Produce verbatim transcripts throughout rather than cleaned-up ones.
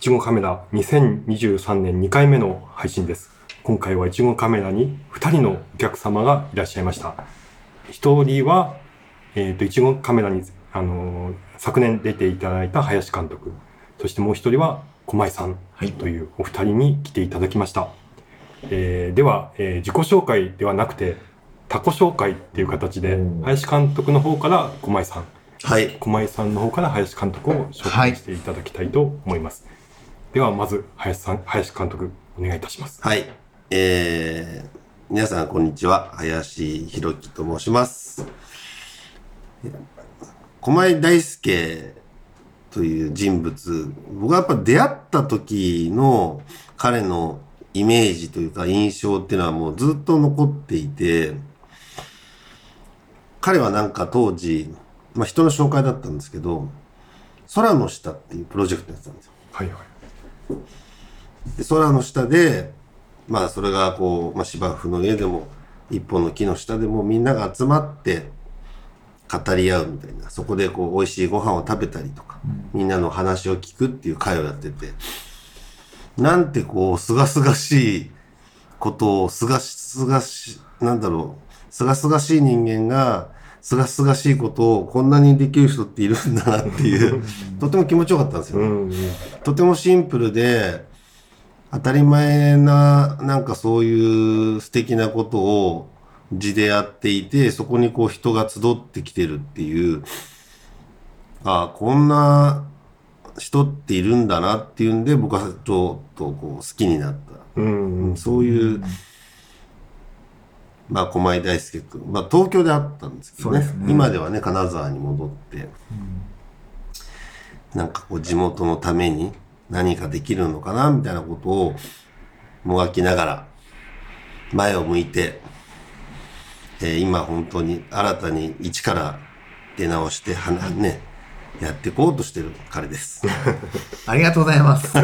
ちごカメラにせんにじゅうさんねんにかいめの配信です。今回はいちごカメラにふたりのお客様がいらっしゃいました。ひとりは、えっと、いちごカメラに、あのー、昨年出ていただいた林監督、そしてもうひとりは駒井さんというお二人に来ていただきました。えー、では、えー、自己紹介ではなくて、他己紹介っていう形で、林監督の方から駒井さん、はい、駒井さんの方から林監督を紹介していただきたいと思います。はい、ではまず林さん、林監督お願いいたします。 はい、えー、皆さんこんにちは、林弘樹と申します。駒井大輔という人物、僕はやっぱ出会った時の彼のイメージというか印象っていうのはもうずっと残っていて、彼はなんか当時、まあ人の紹介だったんですけど、空の下っていうプロジェクトやってたんですよ。 はいはい。 で空の下で、まあそれがこう、まあ、芝生の上でも一本の木の下でもみんなが集まって語り合うみたいな、そこでこう美味しいご飯を食べたりとか、うん、みんなの話を聞くっていう会をやってて、なんてこうすがすがしいことをすがすがしなんだろうすがすがしい人間がすがすがしいことをこんなにできる人っているんだなっていうとても気持ちよかったんですよ、うんうん、とてもシンプルで当たり前ななんかそういう素敵なことを字でやっていて、そこにこう人が集ってきてるっていう、ああこんな人っているんだなっていうんで、僕はちょっとこう好きになった、うんうん、そういう、うん、まあ駒井大輔君、まあ東京であったんですけど ね, ね今ではね金沢に戻って、うん、なんかこう地元のために何かできるのかなみたいなことをもがきながら前を向いて、えー、今本当に新たに一から出直してはなねやっていこうとしてる彼ですありがとうございます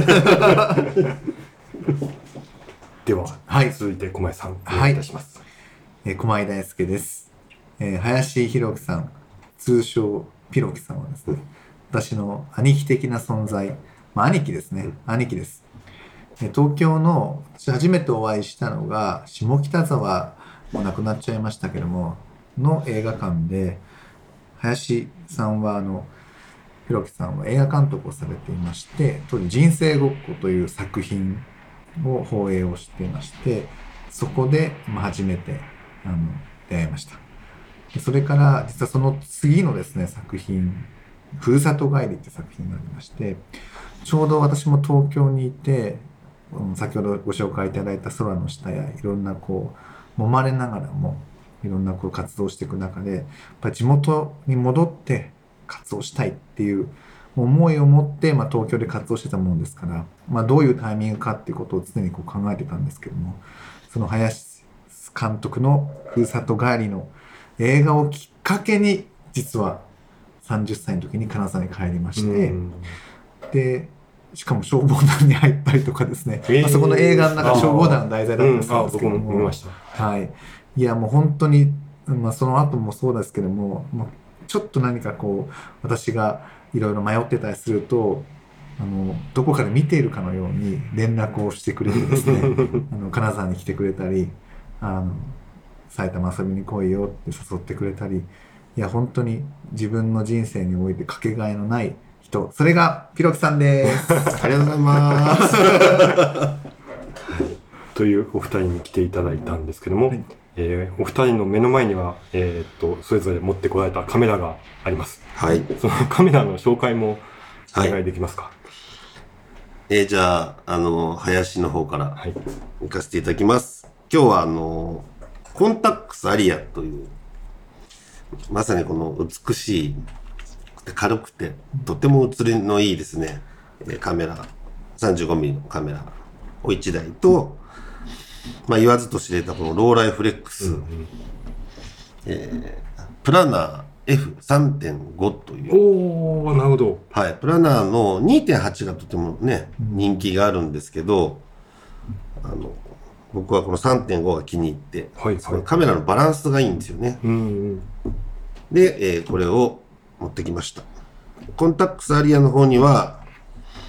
では、はい、続いて駒井さんお願いいたします。 はい、えー、駒井大輔です、えー、林弘樹さん通称ピロキさんはですね、うん、私の兄貴的な存在、まあ、兄貴ですね、うん、兄貴です。東京の私初めてお会いしたのが下北沢、もう亡くなっちゃいましたけどもの映画館で、林さんはあのひろきさんは映画監督をされていまして、当時人生ごっこという作品を放映をしていまして、そこで、まあ、初めてあの出会いました。でそれから実はその次のですね作品、ふるさと帰りって作品がありまして、ちょうど私も東京にいて、先ほどご紹介いただいた空の下やいろんなこう揉まれながらもいろんなこう活動していく中で、やっぱり地元に戻って活動したいっていう思いを持って、まあ、東京で活動してたものですから、まあ、どういうタイミングかっていうことを常にこう考えてたんですけども、その林監督のふるさと帰りの映画をきっかけに実はさんじゅっさいの時に金沢に帰りまして、でしかも消防団に入ったりとかですね、えーまあ、そこの映画の中消防団の題材だったんですけども、うん、僕も見ました。はい、いやもう本当に、まあ、その後もそうですけども、まあ、ちょっと何かこう私がいろいろ迷ってたりすると、あのどこかで見ているかのように連絡をしてくれてですねあの金沢に来てくれたり、あの埼玉遊びに来いよって誘ってくれたり、いや本当に自分の人生においてかけがえのない人、それがピロキさんですありがとうございますというお二人に来ていただいたんですけども、はい、えー、お二人の目の前には、えー、っとそれぞれ持ってこられたカメラがあります。 はい。 そのカメラの紹介もお願いできますか。はい、 えー、じゃああの林の方から行かせていただきます。はい、今日はあのコンタックスアリアというまさにこの美しい軽くてとても写りのいいですねカメラ さんじゅうごミリ のカメラをいちだいと、まあ、言わずと知れたこのローライフレックス、うんうん、えー、プラナー エフさんてんご という、 おー、なるほど、 はい、プラナーの にてんはち がとてもね人気があるんですけど、あの僕はこの さんてんご が気に入って、はいはい、そのカメラのバランスがいいんですよね、うんうん、で、えー、これを持ってきました。コンタックスアリアの方には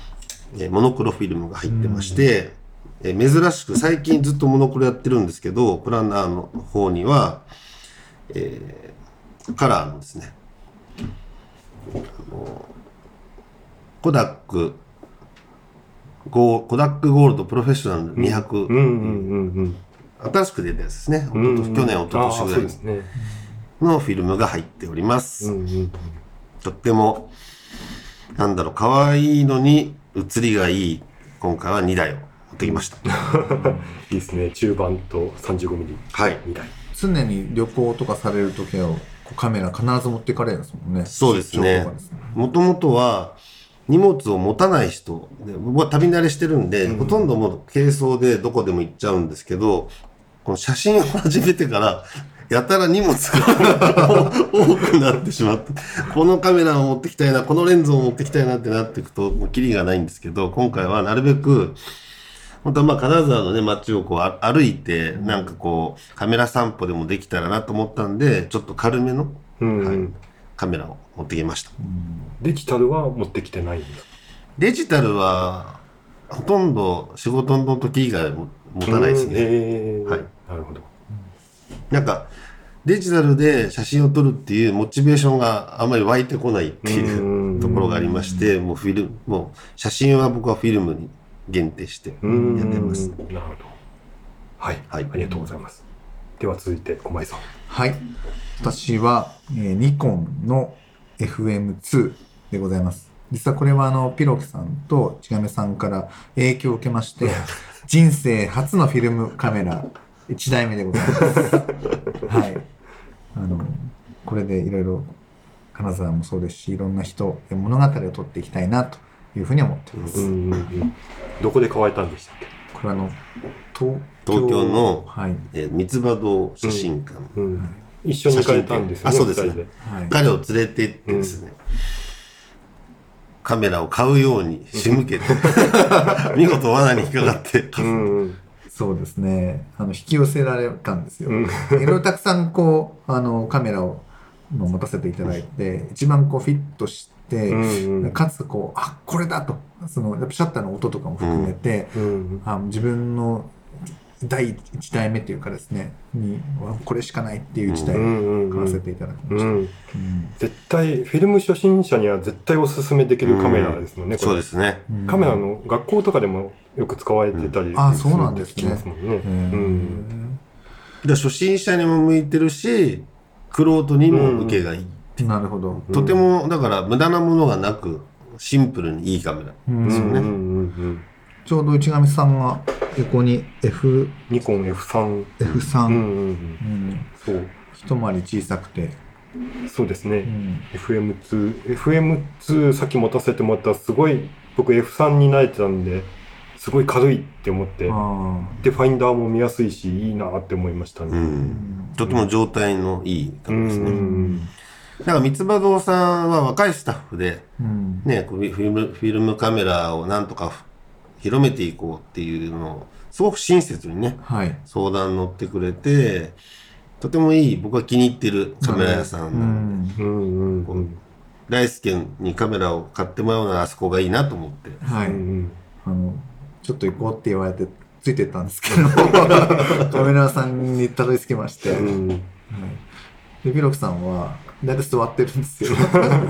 えーモノクロフィルムが入ってまして、えー珍しく最近ずっとモノクロやってるんですけど、プランナーの方には、えーカラーのですね、あのコダックゴーコダックゴールドプロフェッショナルにひゃく、 うんうんうんうん新しく出たやつですね。おととうんうん去年、おととしぐらいあーそうですね。 のフィルムが入っております。 うんうんとっても、なんだろう、可愛いのに写りがいい、今回はにだいを持ってきました。 いいですね。中盤と さんじゅうごミリはい。 にだい。 常に旅行とかされるときはこうカメラ必ず持っていかれるんですもんね。 そうです出張ねとかですね。 もともとは、荷物を持たない人で、僕は旅慣れしてるんで、 うんほとんどもう軽装でどこでも行っちゃうんですけど、この写真を始めてから、やたら荷物が多くなってしまって、このカメラを持ってきたいな、このレンズを持ってきたいなってなっていくと、もうキリがないんですけど、今回はなるべく、本当はまあ金沢のね、街をこうあ歩いて、なんかこう、カメラ散歩でもできたらなと思ったんで、ちょっと軽めの、 うんうんはい、カメラを持ってきました。 デジタルは持ってきてないんです。 デジタルは、ほとんど仕事の時以外も持たないですうんね。 へーはいなるほど。 なんか、デジタルで写真を撮るっていうモチベーションがあんまり湧いてこないっていうところがありまして、もうフィルム、もう写真は僕はフィルムに限定してやってうんます。 なるほど。はい、 はいありがとうございます。では続いて駒井さん。 はい。私は、えーニコンの エフエムツー でございます。実はこれはあの、ピロキさんとちがめさんから影響を受けまして、人生初のフィルムカメラいちだいめでございます。はい。あの、これでいろいろ金沢もそうですし、いろんな人、物語を撮っていきたいなというふうに思っています。 うんうんうんどこで買われたんでしたっけ？ これはあの、東東京のはい。 えー三つ葉堂写真館。 うん一緒に行かれたんですよね。 あそうですね二人ではい。 彼を連れて行ってですね、カメラを買うように仕向けて、見事罠に引っかかって、 うんうんそうですね。あの、引き寄せられたんですよ。 うんいろいろたくさんこう、あの、カメラを持たせていただいて、一番こうフィットして、 うんうんかつこう、あ、これだと、その、やっぱシャッターの音とかも含めて、 うんあ自分の第一代目というかですね、に、わこれしかないっていう一台をうん買わせていただきました。 うんうん絶対フィルム初心者には絶対おすすめできるカメラですもんね。これそうですね。 うんカメラの学校とかでもよく使われてたりあそうなんですね聞きますもんね。 へーうんで初心者にも向いてるし、玄人にも受けがいい。 なるほど。 とても、だから無駄なものがなく、シンプルにいいカメラ。 うんですよねうんうんうんちょうど市上さんが横に F、 ニコン エフスリー。 エフスリー、 うんうんうんうんそう一回り小さくて、 そうですね。 うん、 エフエムツー、エフエムツー さっき持たせてもらったらすごい、僕 エフスリー に慣れてたんで、すごい軽いって思って、 あで、ファインダーも見やすいし、いいなって思いましたうね。 ん。とても状態のいいカメラですうね。 んだから三つ葉堂さんは若いスタッフで、 ーうんね、こうフィルム、フィルムカメラをなんとか広めていこうっていうのを、すごく親切にね、 はい。 相談乗ってくれて、とてもいい、僕は気に入ってるカメラ屋さうんなんで、 ん。 うんうんうん大輔にカメラを買ってもらうならあそこがいいなと思って。 はい。 うんあの、ちょっと行こうって言われて、ついてったんですけど、カメラ屋さんにたどり着きまして、はい。 うんで、ピロクさんは、だいたい座ってるんですよ。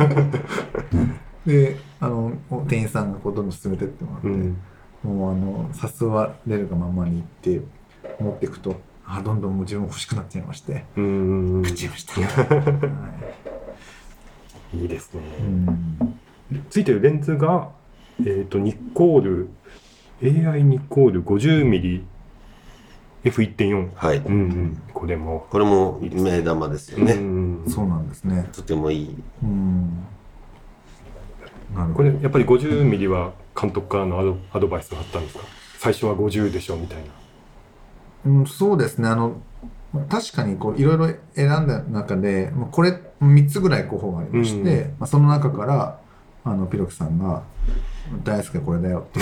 で、あの、店員さんがこうどんどん進めてってもらって、 うんもうあの、誘われるがままに行って、持っていくと、あ、どんどんもう自分欲しくなっちゃいまして、 うんうん買っちゃいました。はいいいですね。 うんついてるレンズが、えっと、ニコール、エーアイ ニコール ごじゅうミリエフいってんよん。 はい。 うんうん。これも。 これも目玉ですようね。 んそうなんですね。 とてもいい。 うん。なるほど。 これ、やっぱり ごじゅうミリ は監督からのアドアドバイスがあったんですか？最初はごじゅうでしょみたいな。 うん、そうですね。あの、確かにこういろいろ選んだ中で、まあこれみっつぐらい候補がありまして、 うんまあ、その中からあのピロキさんが「大好きこれだよ」って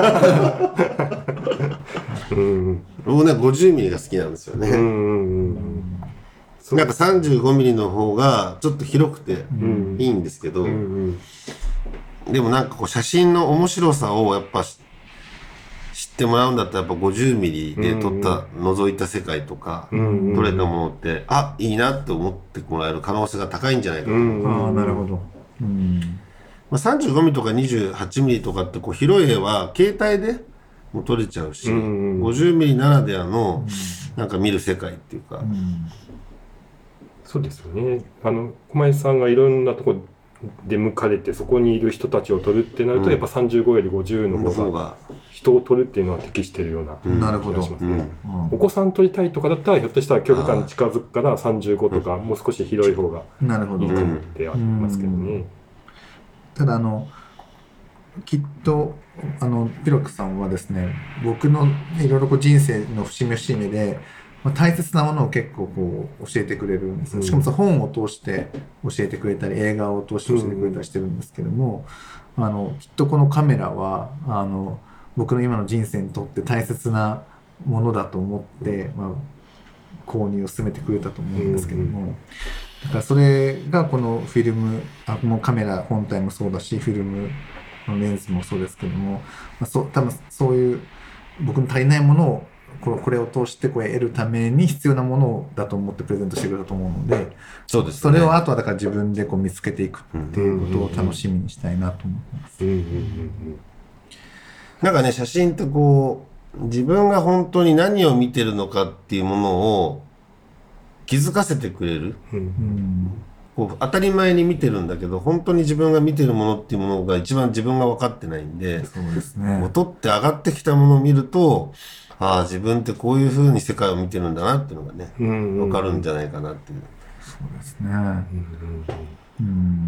いう。 うんうん僕ね、ごじゅうミリが好きなんですよね。 うんうんうんそうなんかさんじゅうごミリの方がちょっと広くてうんいいんですけど、 うんうんでもなんかこう写真の面白さをやっぱ知ってもらうんだったらやっぱごじゅうミリで撮った、うんうん、覗いた世界とか、うんうんうん、撮れたものってあいいなって思ってもらえる可能性が高いんじゃないかと、うんうん、 ああなるほど、うんまあ、さんじゅうごミリとかにじゅうはちミリとかってこう広い絵は携帯でも撮れちゃうし、うんうん、ごじゅうミリならではのなんか見る世界っていうか、うん、 そうですよね。あの駒井さんがいろんなところ出向かれてそこにいる人たちを撮るってなると、うん、やっぱさんじゅうごよりごじゅうの方が人を撮るっていうのは適しているような気がしますね。お子さん撮りたいとかだったらひょっとしたら距離感に近づくからさんじゅうごとかもう少し広い方がいいかもってありますけどね。 ただあのきっとあのピロクさんはですね僕のいろいろこう人生の節目節目でまあ、大切なものを結構こう教えてくれるんです、うん、しかもその本を通して教えてくれたり映画を通して教えてくれたりしてるんですけども、うん、あのきっとこのカメラはあの僕の今の人生にとって大切なものだと思って、まあ、購入を進めてくれたと思うんですけども、うん、だからそれがこのフィルムあもうカメラ本体もそうだしフィルムのレンズもそうですけども、まあ、そ多分そういう僕の足りないものをこれを通してこれ得るために必要なものだと思ってプレゼントしてくれたと思うので、 そうですね、 それをあとはだから自分でこう見つけていくっていうことを楽しみにしたいなと思ってます。 なんかね写真ってこう自分が本当に何を見てるのかっていうものを気づかせてくれる、うん、こう当たり前に見てるんだけど本当に自分が見てるものっていうものが一番自分が分かってないんで、 そうですね、 撮って上がってきたものを見るとああ自分ってこういう風に世界を見てるんだなっていうのがね、うんうんうん、分かるんじゃないかなっていう。 そうですね、うんうんうん、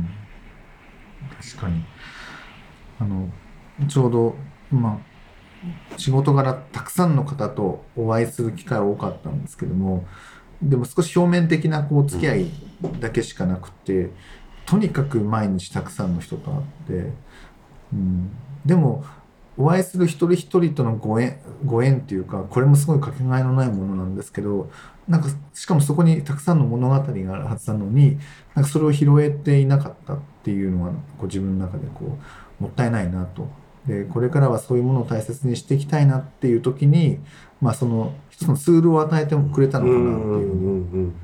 確かにあのちょうどまあ仕事柄たくさんの方とお会いする機会は多かったんですけどもでも少し表面的なこう付き合いだけしかなくて、うん、とにかく毎日たくさんの人と会って、うん、でもお会いする一人一人とのご縁、ご縁っていうかこれもすごいかけがえのないものなんですけどなんかしかもそこにたくさんの物語があるはずなのになんかそれを拾えていなかったっていうのはこう自分の中でこうもったいないなとでこれからはそういうものを大切にしていきたいなっていう時にまあその一つのツールを与えてくれたのかなっていうふうに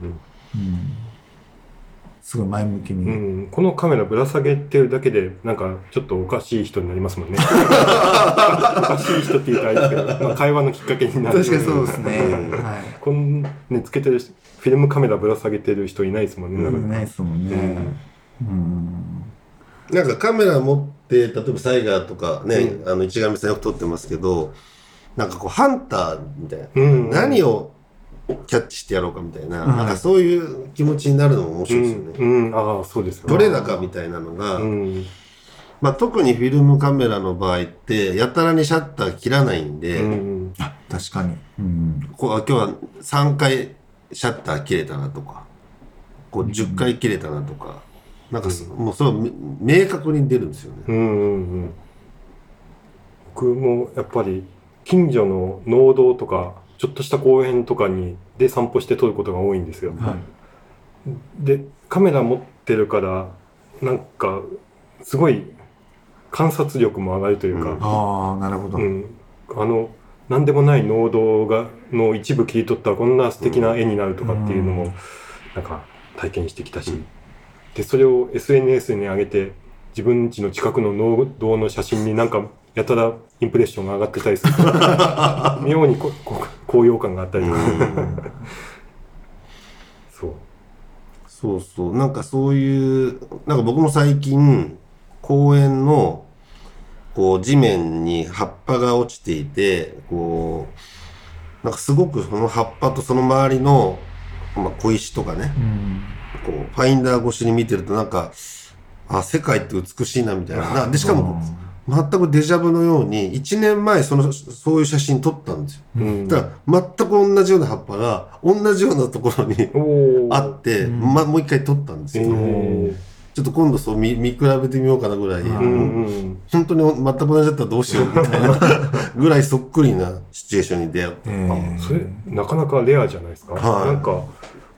すごい前向きに、 うん、このカメラぶら下げてるだけでなんかちょっとおかしい人になりますもんねおかしい人って言ったらあれですけど、まあ、会話のきっかけになる確かにそうですね、はい、 こんねつけてるフィルムカメラぶら下げてる人いないですもんね、 うん、いないですもんね、うんうん、 なんかカメラ持って例えばサイガーとかね、うん、あの一眼目線よく撮ってますけどなんかこうハンターみたいな、うん、何をキャッチしてやろうかみたいな、うん、なんかそういう気持ちになるのも面白いですよね。 うんうん、ああそうですよ。 どれだかみたいなのが、うんまあ、特にフィルムカメラの場合ってやたらにシャッター切らないんで、うん、 あ確かに、うん、 こう今日はさんかいシャッター切れたなとかこうじゅっかい切れたなとか、うん、なんかもうそれは明確に出るんですよね。うんうんうん、 僕もやっぱり近所の農道とかちょっとした公園とかにで散歩して撮ることが多いんですよ、はい、でカメラ持ってるからなんかすごい観察力も上がるというか、うん、 ああなるほど、うん、 あの何でもない農道がの一部切り取ったらこんな素敵な絵になるとかっていうのもなんか体験してきたし、うん、でそれを エスエヌエス に上げて自分家の近くの農道の写真になんかやたらインプレッションが上がってたりする妙にここ高揚感があったりとかそうそうそうなんかそういうなんか僕も最近公園のこう地面に葉っぱが落ちていてこうなんかすごくその葉っぱとその周りの、まあ、小石とかね、うん、こうファインダー越しに見てるとなんかあ世界って美しいなみたいなでしかも全くデジャブのようにいちねんまえそのそういう写真撮ったんですよ、うん、だから全く同じような葉っぱが同じようなところにあって、ま、もう一回撮ったんですよ、ちょっと今度そう 見, 見比べてみようかなぐらい、うん、本当に全く同じだったらどうしようみたいなぐらいそっくりなシチュエーションに出会って、 それなかなかレアじゃないですか、はい、なんか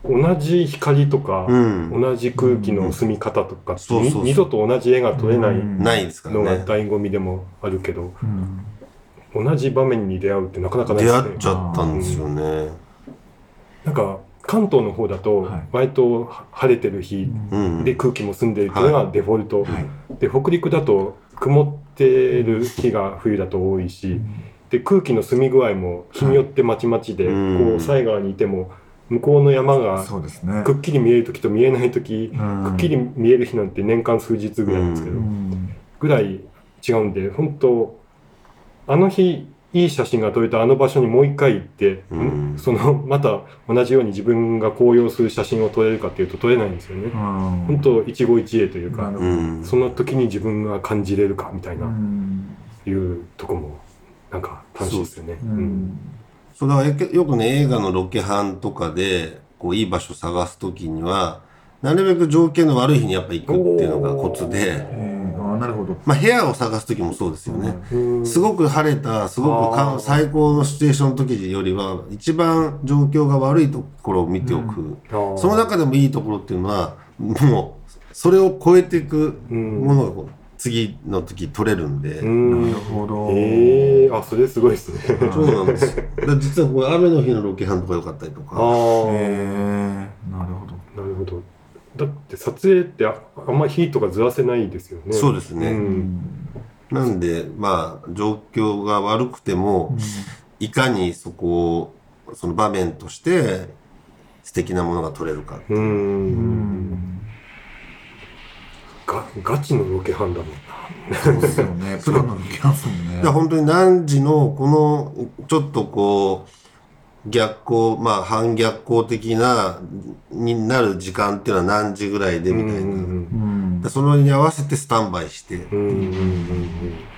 同じ光とか、 うん、 同じ空気の澄み方とか、 そうそうそう二度と同じ絵が撮れないうんないですからのがね。 醍醐味でもあるけど、 うん同じ場面に出会うってなかなかない出ですね。 会っちゃったんですよね。 なんか関東の方だとはい割と晴れてる日うん、 で空気も澄んでるっていうのがデフォルト、 はいで北陸だと曇ってる日が冬だと多いし、で空気の澄み具合も日によってまちまちで、 うんこう犀川にいても向こうの山がそうですね。 くっきり見える時と見えない時、 うんくっきり見える日なんて年間数日ぐらいなんですけど、 うんぐらい違うんで、本当あの日いい写真が撮れたあの場所にもう一回行って、 うんそのまた同じように自分が高揚する写真を撮れるかっていうと撮れないんですよね。 うん本当一期一会というか、 なるほどうん、 その時に自分が感じれるかみたいな、 うんいうとこもなんか楽しいですよね。 ううんんそうだからよくよくね、映画のロケハンとかで、こう、いい場所探すときには、なるべく条件の悪い日にやっぱ行くっていうのがコツで、 えーあーなるほど。 まあ部屋を探すときもそうですよね。 うんすごく晴れた、すごくあかー最高のシチュエーションの時よりは、一番状況が悪いところを見ておく。 あーその中でもいいところっていうのは、もう、それを超えていくものがこう次の時取れるんで、 うんなるほど。 えー、あそれすごいですね。 そうなんですよ。だから実はこれ雨の日のロケハンとか良かったりとか。 ああ、 えー、なるほど。 なるほど。だって撮影ってああんま火とかずらせないですよね。 そうですね。 うんなんで、まあ、状況が悪くても、いかにそこを、その場面として素敵なものが撮れるかっていうう。 んうんがガチのロケハンだもんな。 そうですよね。プロのロケハンですもんね。 だから本当に何時のこのちょっとこう逆光、まあ反逆光的なになる時間っていうのは何時ぐらいでみたいな、 うんうんでそのに合わせてスタンバイして、 うんうんうん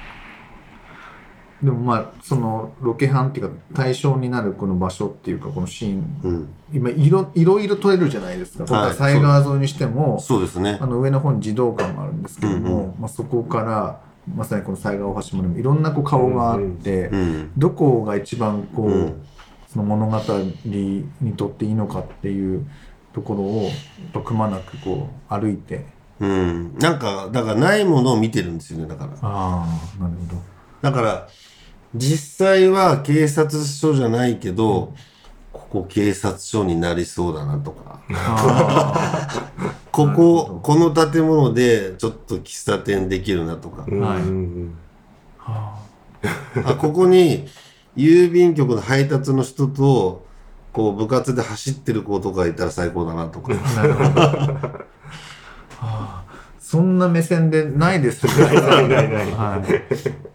でもまあそのロケハンっていうか対象になるこの場所っていうかこのシーンうん、 今いろいろいろ撮れるじゃないですか。今回犀川沿いにしても、 そうですねあの上の方に児童館もあるんですけども、 うんまあ、そこからまさにこの犀川大橋までもいろんなこう顔があって、 うんどこが一番こう、 うんその物語にとっていいのかっていうところをやっぱくまなくこう歩いて、 うん、なんかだからないものを見てるんですよね。だからああなるほど。 だから実際は警察署じゃないけど、ここ警察署になりそうだなとか、 あこなるほどここの建物でちょっと喫茶店できるなとか、 うんはいうんーはあここに郵便局の配達の人とこう部活で走ってる子とかいたら最高だなとか。 あなるほど。はあそんな目線でないですね。 ないないないないはい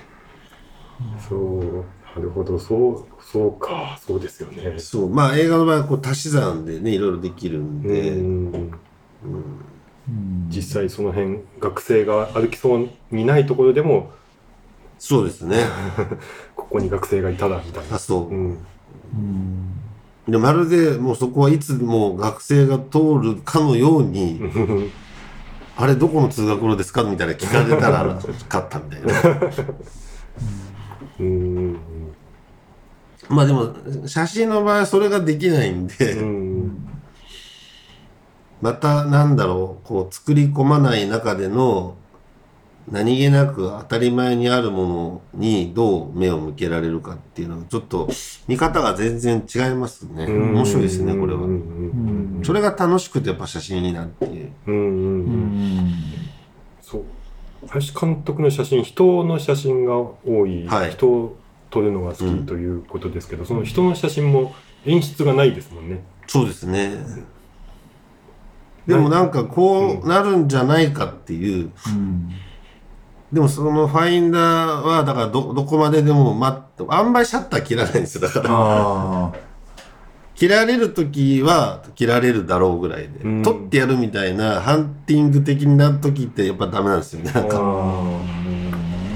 そうなるほど、そうそうか、そうですよね。 そうまあ映画の場合はこう足し算でねいろいろできるんで、 うんうん実際その辺学生が歩きそうにないところでもそうですね。 ここに学生がいたらみたいな。 あそう。 うんうんでまるでもうそこはいつも学生が通るかのように、あれどこの通学路ですかみたいな聞かれたら勝ったみたいな。 うんまあでも写真の場合はそれができないんで、 うんまたなんだろう、こう作り込まない中での何気なく当たり前にあるものにどう目を向けられるかっていうのはちょっと見方が全然違いますね。面白いですね、これは。 うんそれが楽しくてやっぱ写真になっていう。 うんうんううんんそう林監督の写真、人の写真が多い、 はい人を撮るのが好きということですけど、その人の写真も演出がないですもんね。 そうですね。でもなんかこうなるんじゃないかっていう、 うんでもそのファインダーはだからどどこまででも待ってあんまりシャッター切らないんですよ。だからあ切られる時は切られるだろうぐらいで、 うん取ってやるみたいなハンティング的な時ってやっぱダメなんですよね。なんかあなるほどね。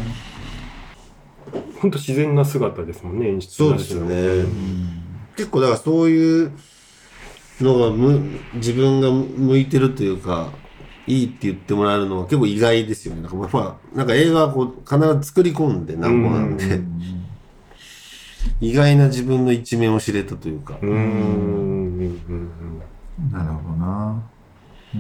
本当自然な姿ですもんね、演出そうですよね。 うん結構だからそういうのがむ自分が向いてるというかいいって言ってもらえるのは結構意外ですよね。なんかまあなんか映画はこう必ず作り込んでなんぼなんで、 うん意外な自分の一面を知れたというか、 うんうんうんうんなるほどな。うん。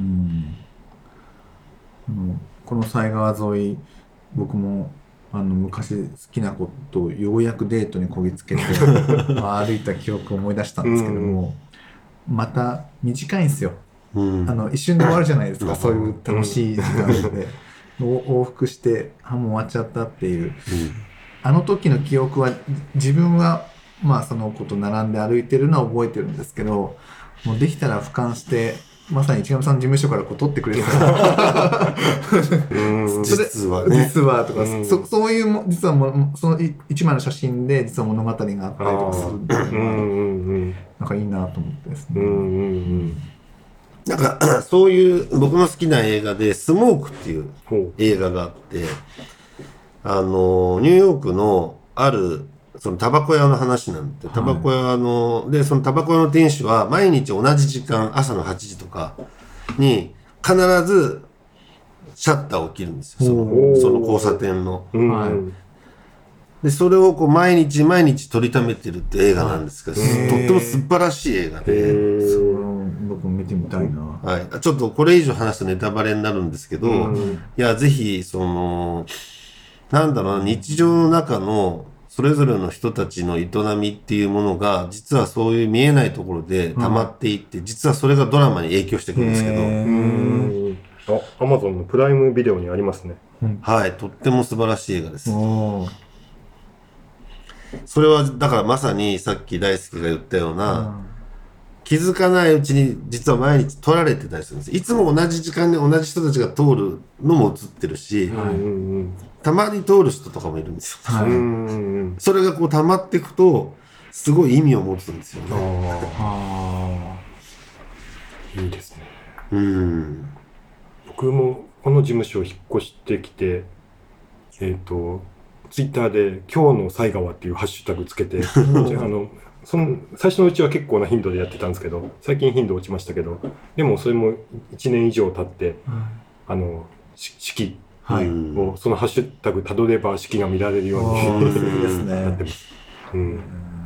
あのこの犀川沿い、僕もあの昔好きな子とようやくデートにこぎつけてまあ歩いた記憶を思い出したんですけども、また短いんですよ。 うんあの一瞬で終わるじゃないですか、 うんそういう楽しい時間で、お往復してあもう終わっちゃったっていう、あの時の記憶は自分はまあその子と並んで歩いてるのは覚えてるんですけど、もうできたら俯瞰してまさに市上さんの事務所からこう撮ってくれたらうんそれ実はね実はとか、 うんそそういうも実はもそのい一枚の写真で実は物語があったりとかするっていうのがうんうんうんなんかいいなと思ってですね。 うんうんうんなんかそういう僕の好きな映画でスモークっていうほう映画があって、あのニューヨークのあるそのタバコ屋の話なんで、タバコ屋のでそのタバコ屋の店主は毎日同じ時間朝のはちじとかに必ずシャッターを切るんですよ、そおのーその交差点の。 うんはいでそれをこう毎日毎日撮りためてるって映画なんですけど、 はいへーとっても素晴らしい映画へで、 そーの僕も見てみたいな。 はい、ちょっとこれ以上話すとネタバレになるんですけど、 うんいやぜひそのなんだろうな、日常の中のそれぞれの人たちの営みっていうものが実はそういう見えないところで溜まっていって、実はそれがドラマに影響してくるんですけど、 へーうんあ、アマゾンのプライムビデオにありますね。 はい、とっても素晴らしい映画です。 おーそれはだからまさにさっき大輔が言ったような、気づかないうちに実は毎日撮られてたりするんです。いつも同じ時間に同じ人たちが通るのも映ってるし、 うんうんたまに通る人とかもいるんですよ。 はいうんうんうんそれがこう溜まっていくとすごい意味を持つんですよね。 あああいいですね。 うん。 僕もこの事務所を引っ越してきて、えっとツイッターで今日の犀川っていうハッシュタグつけて、あのその最初のうちは結構な頻度でやってたんですけど、最近頻度落ちましたけど、でもそれもいちねん以上経ってあのし式はいうんをそのハッシュタグたどれば式が見られるようにおーいいですねなってます。うん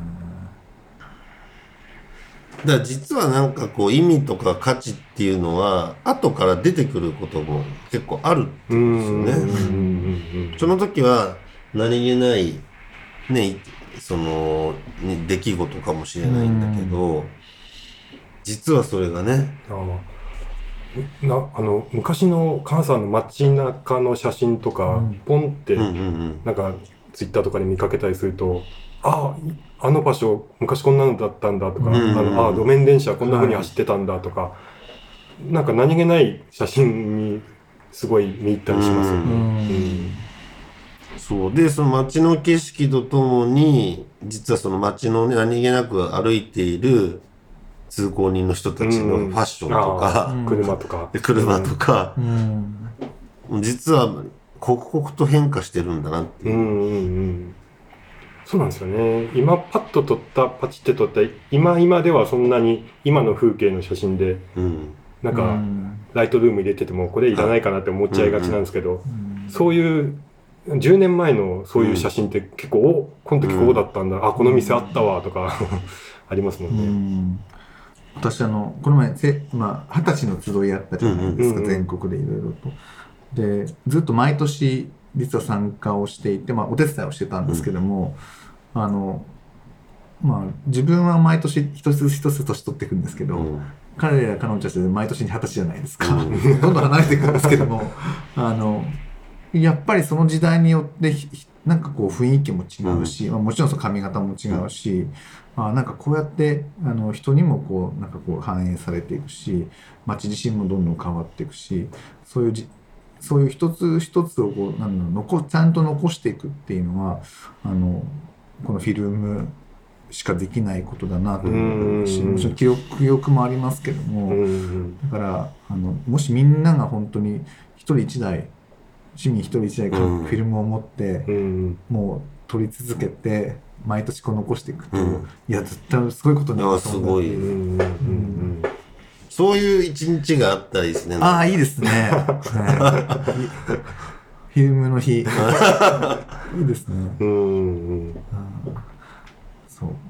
だから実はなんかこう意味とか価値っていうのは後から出てくることも結構あるってうんことですよね。 うんうんうんその時は何気ないね、そのに出来事かもしれないんだけど、実はそれがね、 あなあの昔の関西の街中の写真とか、 うんポンって、 うんうんうん。 なんかツイッターとかで見かけたりすると、あああの場所昔こんなのだったんだとか、 うんうんうんあのあ路面電車こんな風に走ってたんだとか、なんか何気ない写真にすごい見入ったりしますよね。 うんうんそうでその街の景色とともに実はその街の、ね、何気なく歩いている通行人の人たちのファッションとか、 あー車とか、 で車とかう、ん実は刻々と変化してるんだなっていうう。 んうんうんそうなんですよね。今パッと撮ったパチって撮った今今ではそんなに今の風景の写真でうんなんかうんライトルーム入れててもこれいらないかなって思っちゃいがちなんですけど、 うんそういうじゅうねんまえのそういう写真って結構、おこの時こうだったんだ、あこの店あったわとかありますもんうね。 ん私あのこの前せまあ二十歳の集いやったじゃないですか、 うんうん全国でいろいろと。でずっと毎年実は参加をしていて、まあ、お手伝いをしてたんですけども、あのまあ自分は毎年一つずつ一つずつ年取っていくんですけど、 うん彼ら彼女たちで毎年二十歳じゃないですか、 うんどんどん離れていくんですけどもあのやっぱりその時代によってひひなんかこう雰囲気も違うし、まあ、もちろんその髪型も違うし、あなんかこうやってあの人にもこうなんかこう反映されていくし、街自身もどんどん変わっていくし、そういうじそういう一つ一つをこうなんだろう残ちゃんと残していくっていうのはあのこのフィルムしかできないことだなと思うし、 うんもちろん記憶記憶もありますけども、 うんうんだからあのもしみんなが本当に一人一台市民一人一台フうんィルムを持って、 うんもう撮り続けて毎年こう残していくと、 うんいや絶対すごいことになるいやすごいうんうんうんそういう一日があったらいいですね。 ああいいですね、はいフィルムの日いいですね、 うんうんそうか。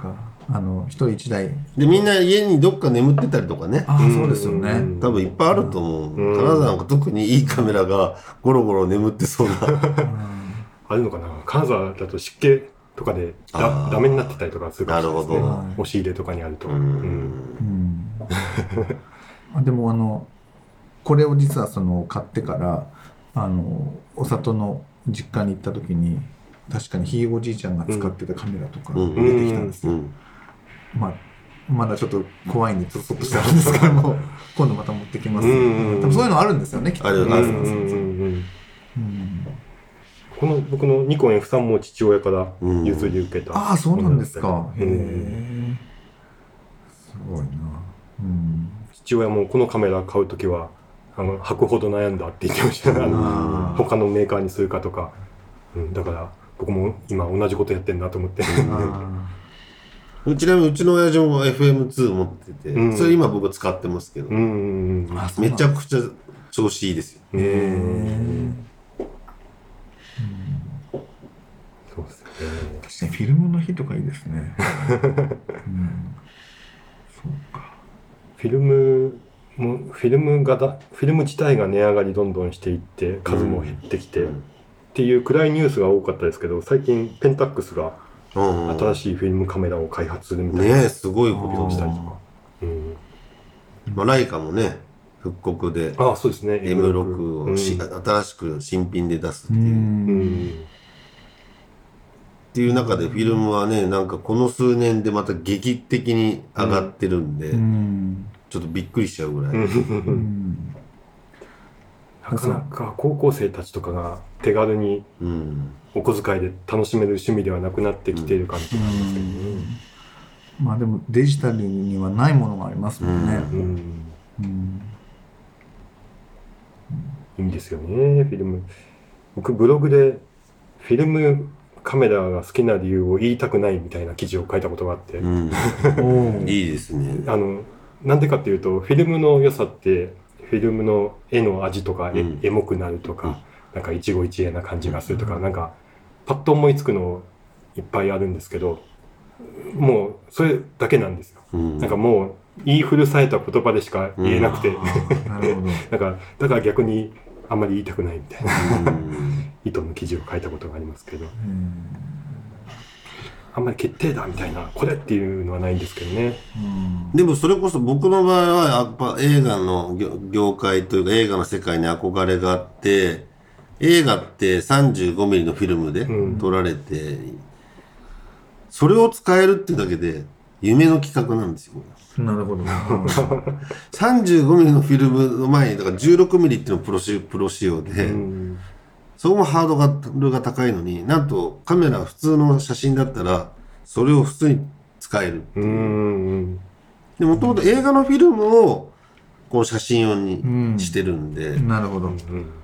あの一人一台。 でみんな家にどっか眠ってたりとかね、 ああそうですよね。 多分いっぱいあると思う、 うん金沢なんか特にいいカメラがゴロゴロ眠ってそうなあるのかな。金沢だと湿気とかであだーダメになってたりとかするかもしれないですね。 なるほど押し入れとかにあると。 ううんうんあでもあのこれを実はその買ってからあのお里の実家に行った時に確かにひいおじいちゃんが使ってたカメラとかうん出てきたんですよ。 うんまあまだちょっと怖いんでちょっとしてあるんですけども今度また持ってきます。 うんうんうん多分そういうのあるんですよねきっと。 あるうんあるうんうんうんうんこの僕のニコン エフスリー も父親から譲り受けた。 ああそうなんですか。へうんえ。すごいな。うん。 父親もこのカメラ買うときはあの履くほど悩んだって言ってました。あのあー他のメーカーにするかとか、うん、だから僕も今同じことやってんなと思って。 あちなみにうちの親父も エフエムツー 持ってて、 うんそれ今僕使ってますけど、 うんうんうんーあそうめなんだちゃくちゃ調子いいですよ。 うへえ。 んそうですね。 確かにフィルムの日とかいいですね。うん。そうか。 フィルムもフィルムがだフィルム自体が値上がりどんどんしていって数も減ってきて、 うんっていう暗いニュースが多かったですけど、最近ペンタックスがうん新しいフィルムカメラを開発するみたいなねえすごいこことをとしたりとか。うん、 まあ、ライカもね復刻でああそうですね。 エムろく をし、 うん新しく新品で出すってう。 いう、っうんんていう中でフィルムはねなんかこの数年でまた劇的に上がってるんで、 うん。 ちょっとびっくりしちゃうぐらい、 うん。 なかなか高校生たちとかが手軽にうんお小遣いで楽しめる趣味ではなくなってきている感じがありますけどね。 まあでもデジタルにはないものがありますもんね。 うんうん。 いいんですよね、フィルム。僕ブログでフィルムカメラが好きな理由を言いたくないみたいな記事を書いたことがあって、 うん、 おいいですね。 あのなんでかっていうとフィルムの良さってフィルムの絵の味とか、えうんエモくなるとか、 うんなんか一期一会な感じがするとか、なんかパッと思いつくのいっぱいあるんですけど、もうそれだけなんですよ。 うんなんかもう言い古された言葉でしか言えなくて、 あーなるほど。 なんかだから逆にあんまり言いたくないみたいなうん意図の記事を書いたことがありますけど、 うんあんまり決定だみたいなこれっていうのはないんですけどね。 うんでもそれこそ僕の場合はやっぱ映画の業業界というか映画の世界に憧れがあって、映画って さんじゅうごミリ のフィルムでうん撮られて、それを使えるっていうだけで夢の企画なんですよ。 なるほど。 さんじゅうごミリ のフィルムの前にだから じゅうろくミリ っていうのをプロシプロ仕様で、 うんそこもハードルが高いのに、なんとカメラ普通の写真だったらそれを普通に使える。 うんうんでもともと映画のフィルムをこう写真用にしてるんで、 なるほど。 うん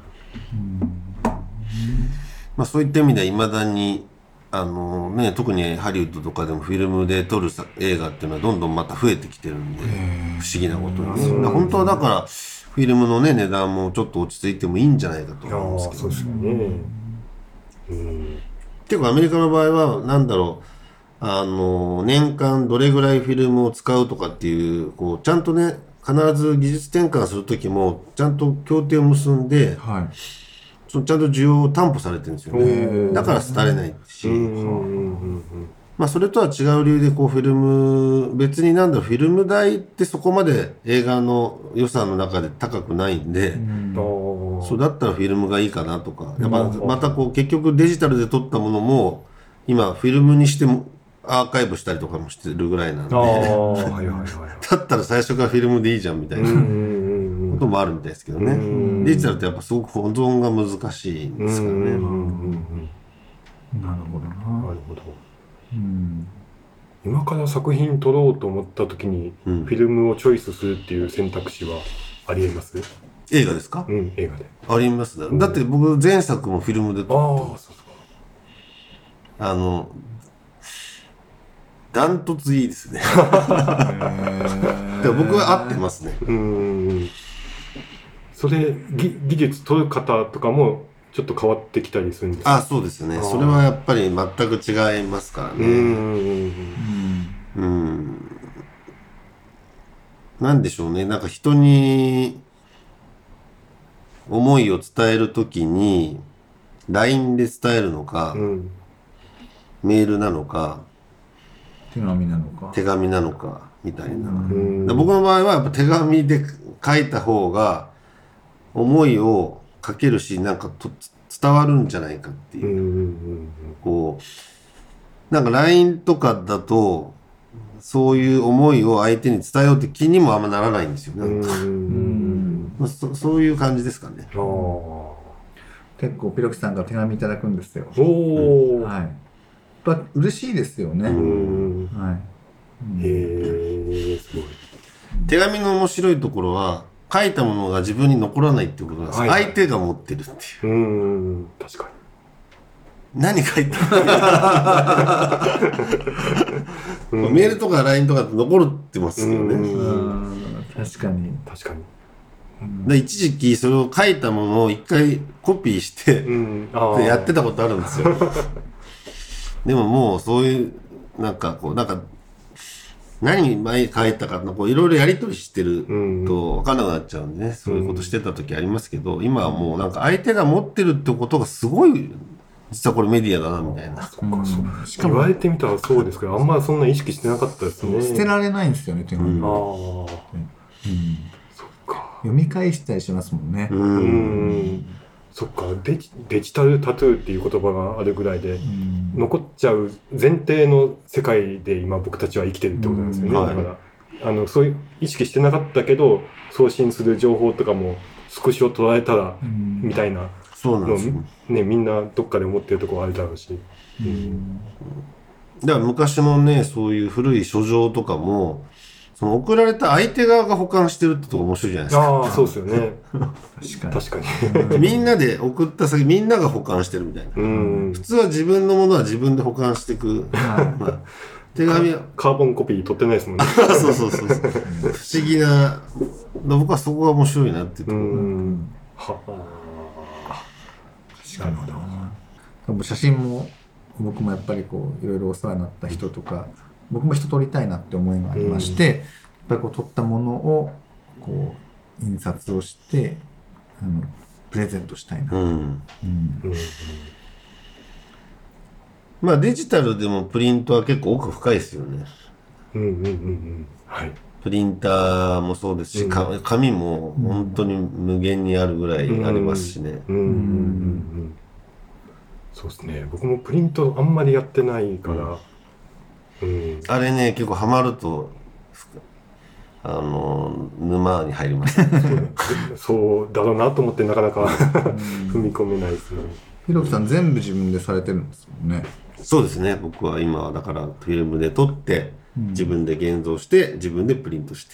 まあそういった意味ではいまだにあのね特にハリウッドとかでもフィルムで撮るさ映画っていうのはどんどんまた増えてきてるんで、不思議なことにね。だから本当はだからフィルムのね値段もちょっと落ち着いてもいいんじゃないかとあ思うんですけど、 あそうですよね。うん結構アメリカの場合はなんだろうあの年間どれぐらいフィルムを使うとかっていうこうちゃんとね必ず技術転換する時もちゃんと協定を結んではい。 そのちゃんと需要を担保されてるんですよおね。 ーだから廃れないし、 うんうんうんまあそれとは違う理由でこうフィルム別になんだろうフィルム代ってそこまで映画の予算の中で高くないんで、 うん。ああそうだったらフィルムがいいかなとかやっぱうんまたこう結局デジタルで撮ったものも今フィルムにしてもアーカイブしたりとかもしてるぐらいなんでああはいはいはい。 だったら最初からフィルムでいいじゃんみたいなこうんうんうんうんともあるみたいですけどうんね。デジタルってやっぱすごく保存が難しいんですからね。 うんうんうんうんなるほどなな。 るほど。 うん。 今から作品撮ろうと思った時に、 うんフィルムをチョイスするっていう選択肢はありえます？ 映画ですか？ うん映画で。 ありますね。だって僕前作もフィルムであ撮ってあそうそう。 あのダントツいいですね。 へーでも僕は合ってますね。 うーん。それぎ技術取る方とかもちょっと変わってきたりするんですか？ あ、そうですね。 あーそれはやっぱり全く違いますからうーね。 ん。 うん。 うん、なんでしょうね。なんか人に思いを伝えるときに、ライン で伝えるのか、 うん、 メールなのか、 手紙なのか。 手紙なのか、みたいな。 うんうんだ僕の場合はやっぱ手紙で書いた方が、思いを書けるし、なんかと伝わるんじゃないかっていう。 うんうんこう、なんか ライン とかだと、そういう思いを相手に伝えようって気にもあんまならないんですよね。 うんうんうんまあそそういう感じですかね。 ああ結構ピロキさんから手紙いただくんですよ。 おお、 はい。やっぱ嬉しいですよね。 うんはい。うんへえすごい手紙の面白いところは、書いたものが自分に残らないっていうことなんです。 はいはい相手が持ってるっていう。 うん確か何書いたに、うん、 メールとか ライン とかって残ってますよね。 うんうん確かに。 確かにで一時期それを書いたものを一回コピーして、 うんああでやってたことあるんですよ。でももうそういう、なんかこう、なんか、何前書いたかこういろいろやり取りしてると分かんなくなっちゃうんでね、そういうことしてた時ありますけど、今はもうなんか相手が持ってるってことがすごい、実はこれメディアだなみたいな。 そっかそううんしかも言われてみたらそうですけどあんまそんな意識してなかったですね捨てられないんですよね、手紙ああは。 そっか読み返したりしますもんね。 う。 うんんそっかデジデジタルタトゥーっていう言葉があるぐらいでうん残っちゃう前提の世界で今僕たちは生きてるってことなんですよね、 うんだからあのそういう意識してなかったけど送信する情報とかもスクショ捉えたらうんみたいなそうなんのですよ。 ねみんなどっかで思ってるところあるだろうし、 うんだから昔のね、そういう古い書状とかも、その送られた相手側が保管してるってとこ面白いじゃないですか。 ああそうですよね確かに。 確かにみんなで送った先、みんなが保管してるみたいな。 うん普通は自分のものは自分で保管していく。 はまあ手紙は、 カーボンコピー取ってないですもんねそうそうそうそう。不思議な、僕はそこが面白いなっていうとうころ。 んはい。なるほど。多分写真も僕もやっぱりこういろいろお世話になった人とか、僕も人撮りたいなって思いがありまして、やっぱりこう撮ったものをこう印刷をしてあのプレゼントしたいな。 うん。 うんうんまあデジタルでもプリントは結構奥深いですよね。 うんうんうんうんはいプリンターもそうですし、 うんか紙も本当に無限にあるぐらいありますしね。 うんうんうんうんそうですね僕もプリントあんまりやってないからうんあれね、結構ハマると、あの、沼に入ります。 そうだろうなと思ってなかなか踏み込めないですねひろきさん全部自分でされてるんですもんね。 そうですね。僕は今はだからフィルムで撮って、 うん自分で現像して、自分でプリントして。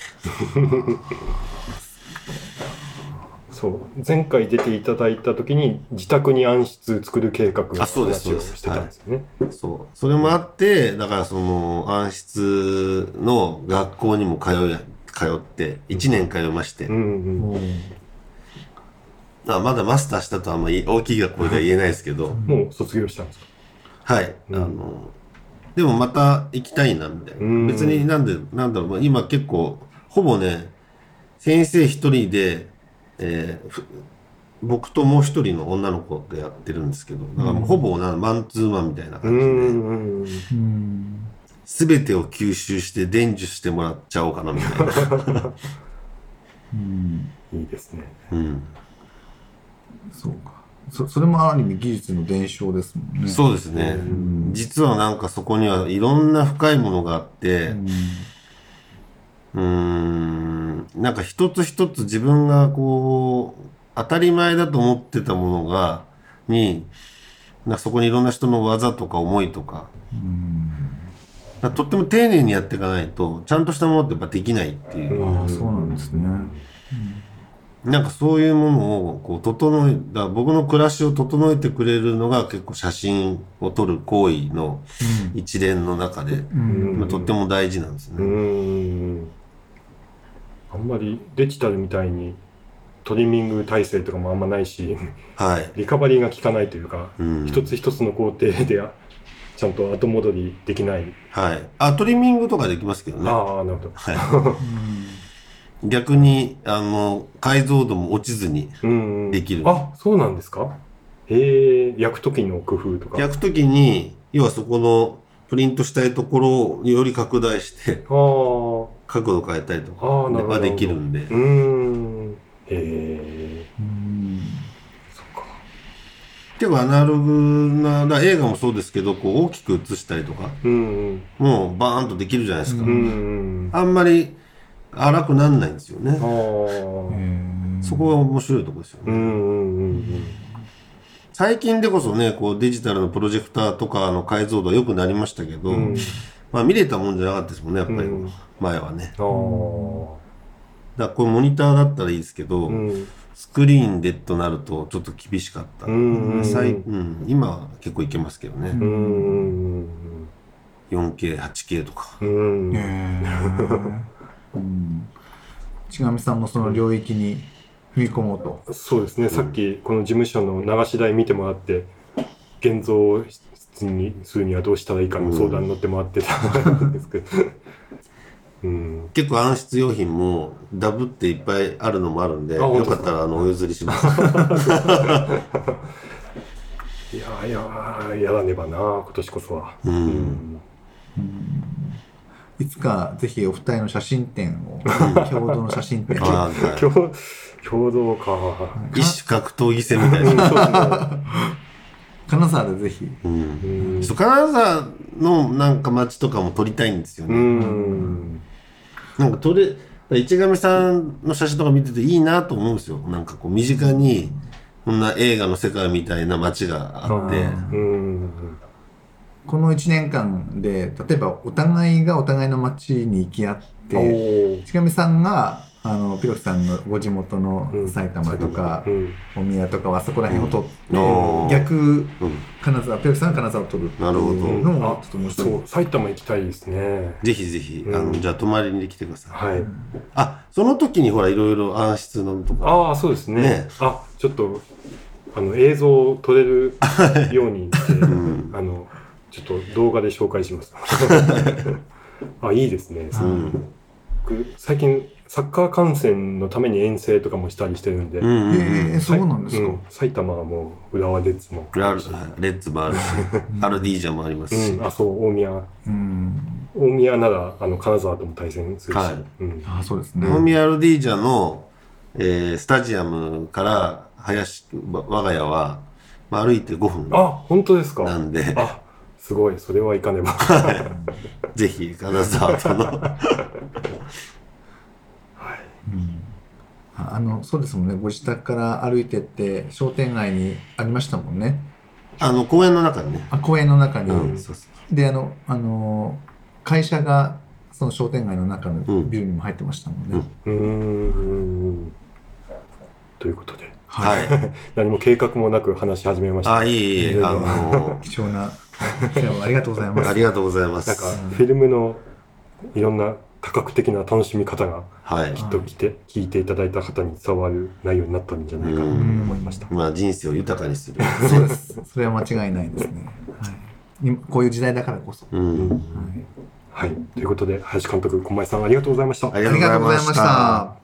そう前回出ていただいた時に自宅に暗室作る計画のあそうです話をしてたんですよねそう。それもあって、だからその暗室の学校にも通い、通って、いちねん通いまして、 うんうんもうあまだマスターしたとはあんまり大きい学校では言えないですけど、 もう卒業したんですかはい。 うんあの、でもまた行きたいな、みたいな。 うん別になんで、なんだろう、まあ今結構、ほぼね、先生一人で、えーふ僕ともう一人の女の子でやってるんですけど、だからもうほぼなマンツーマンみたいなう感じで、 んうんうんすべてを吸収して伝授してもらっちゃおうかな、みたいな。 うんいいですねうん。 そうか。そそれもある意味技術の伝承ですもんね。 そうですね。 ん実はなんかそこにはいろんな深いものがあって、 うんうーん、なんか一つ一つ自分がこう、当たり前だと思ってたものが、に、なんかそこにいろんな人の技とか思いとか、 うんだからとっても丁寧にやっていかないと、ちゃんとしたものってやっぱできないっていう。 ああ、そうなんですね。 なんかそういうものをこう整え、だから僕の暮らしを整えてくれるのが結構写真を撮る行為の一連の中で、 うんまあ、とっても大事なんですうね。 んあんまりデジタルみたいにトリミング体制とかもあんまないしはい。 リカバリーが効かないというか、 うん一つ一つの工程でちちゃんと後戻りできない。 はいあトリミングとかできますけどね。 ああなるほど。 はい、逆にあの解像度も落ちずにできる。 うんうん、あそうなんですか。へえ焼く時の工夫とか。 焼く時に要はそこのプリントしたいところをより拡大してあ角度変えたりとかはできるんで。 うーんへえそっか。 結構アナログなだ映画もそうですけどこう大きく映したりとか、 うんうん、 もうバーンとできるじゃないですか、 うんうん、 あんまり荒くなんないんですよね。 あそこが面白いところですよね。 うんうんうん、 最近でこそねこうデジタルのプロジェクターとかの解像度は良くなりましたけど、うん、まあ見れたもんじゃなかったですもんねやっぱり、うん、前はね。あだからこれモニターだったらいいですけど、うん、スクリーンでとなるとちょっと厳しかった、うんうん、今は結構いけますけどね、うん、よんケー、はちケー とか、うんうん、ちがみさんもその領域に踏み込もうと。 そうですね、うん、さっきこの事務所の流し台見てもらって現像室にするにはどうしたらいいかの相談に乗ってもらってたんですけど、うん、 結構暗室用品もダブっていっぱいあるのもあるんで、よかったらあのお譲りしますいやいややらねばな今年こそは、うんうん、 いつかぜひお二人の写真展を共同の写真展を共, 共同か一種格闘技戦みたいな金沢でぜひ、 うんうん、そう金沢のなんか街とかも撮りたいんですよね。うんなんか撮れ市上さんの写真とか見てていいなと思うんですよ。なんかこう身近にこんな映画の世界みたいな街があって、うん、 このいちねんかんで例えばお互いがお互いの街に行き合って市上さんがあのピロキさんのご地元の埼玉とか、うん、大宮とかはそこら辺を撮って、うん、逆、うん、金沢ピロキさんが金沢を撮るっていうのもちょっと面白い。 そう埼玉行きたいですね。 ぜひぜひ、うん、あのじゃあ泊まりに来てください。 はい。 あその時にほらいろいろ暗室のとか。 ああそうですね。ねあちょっとあの映像を撮れるようにして、うん、あのちょっと動画で紹介します。あいいですね。うん、最近サッカー観戦のために遠征とかもしたりしてるんで、うんうんうん、 えー、そうなんですか、うん、 埼玉はもう浦和レッズもあるしレッズもあるしアルディージャもありますし、 うん、あそう大宮、うん、大宮ならあの金沢とも対戦するし、はいうん、 あそうですね、 大宮アルディージャの、えー、スタジアムから林我が家は、まあ、歩いてごふんあ本当ですかなんであすごいそれはいかねばぜひ金沢とのうん、あのそうですもんね。ご自宅から歩いてって商店街にありましたもんね。 あの公園の中にね。 あ公園の中に、 うん、そうそうであのあの会社がその商店街の中のビルにも入ってましたもんね。うん、 うんということで、 はい、 何も計画もなく話し始めました。 あいいいいあの貴重なありがとうございます。 ありがとうございます。 なんかフィルムのいろんな多角的な楽しみ方がきっと来て、はい、聞いていただいた方に伝わる内容になったんじゃないかなと思いました。 まあ人生を豊かにする。 そうです。それは間違いないですね。はい、こういう時代だからこそ。うんはい、はい。ということで林監督、小前さんありがとうございました。 ありがとうございました。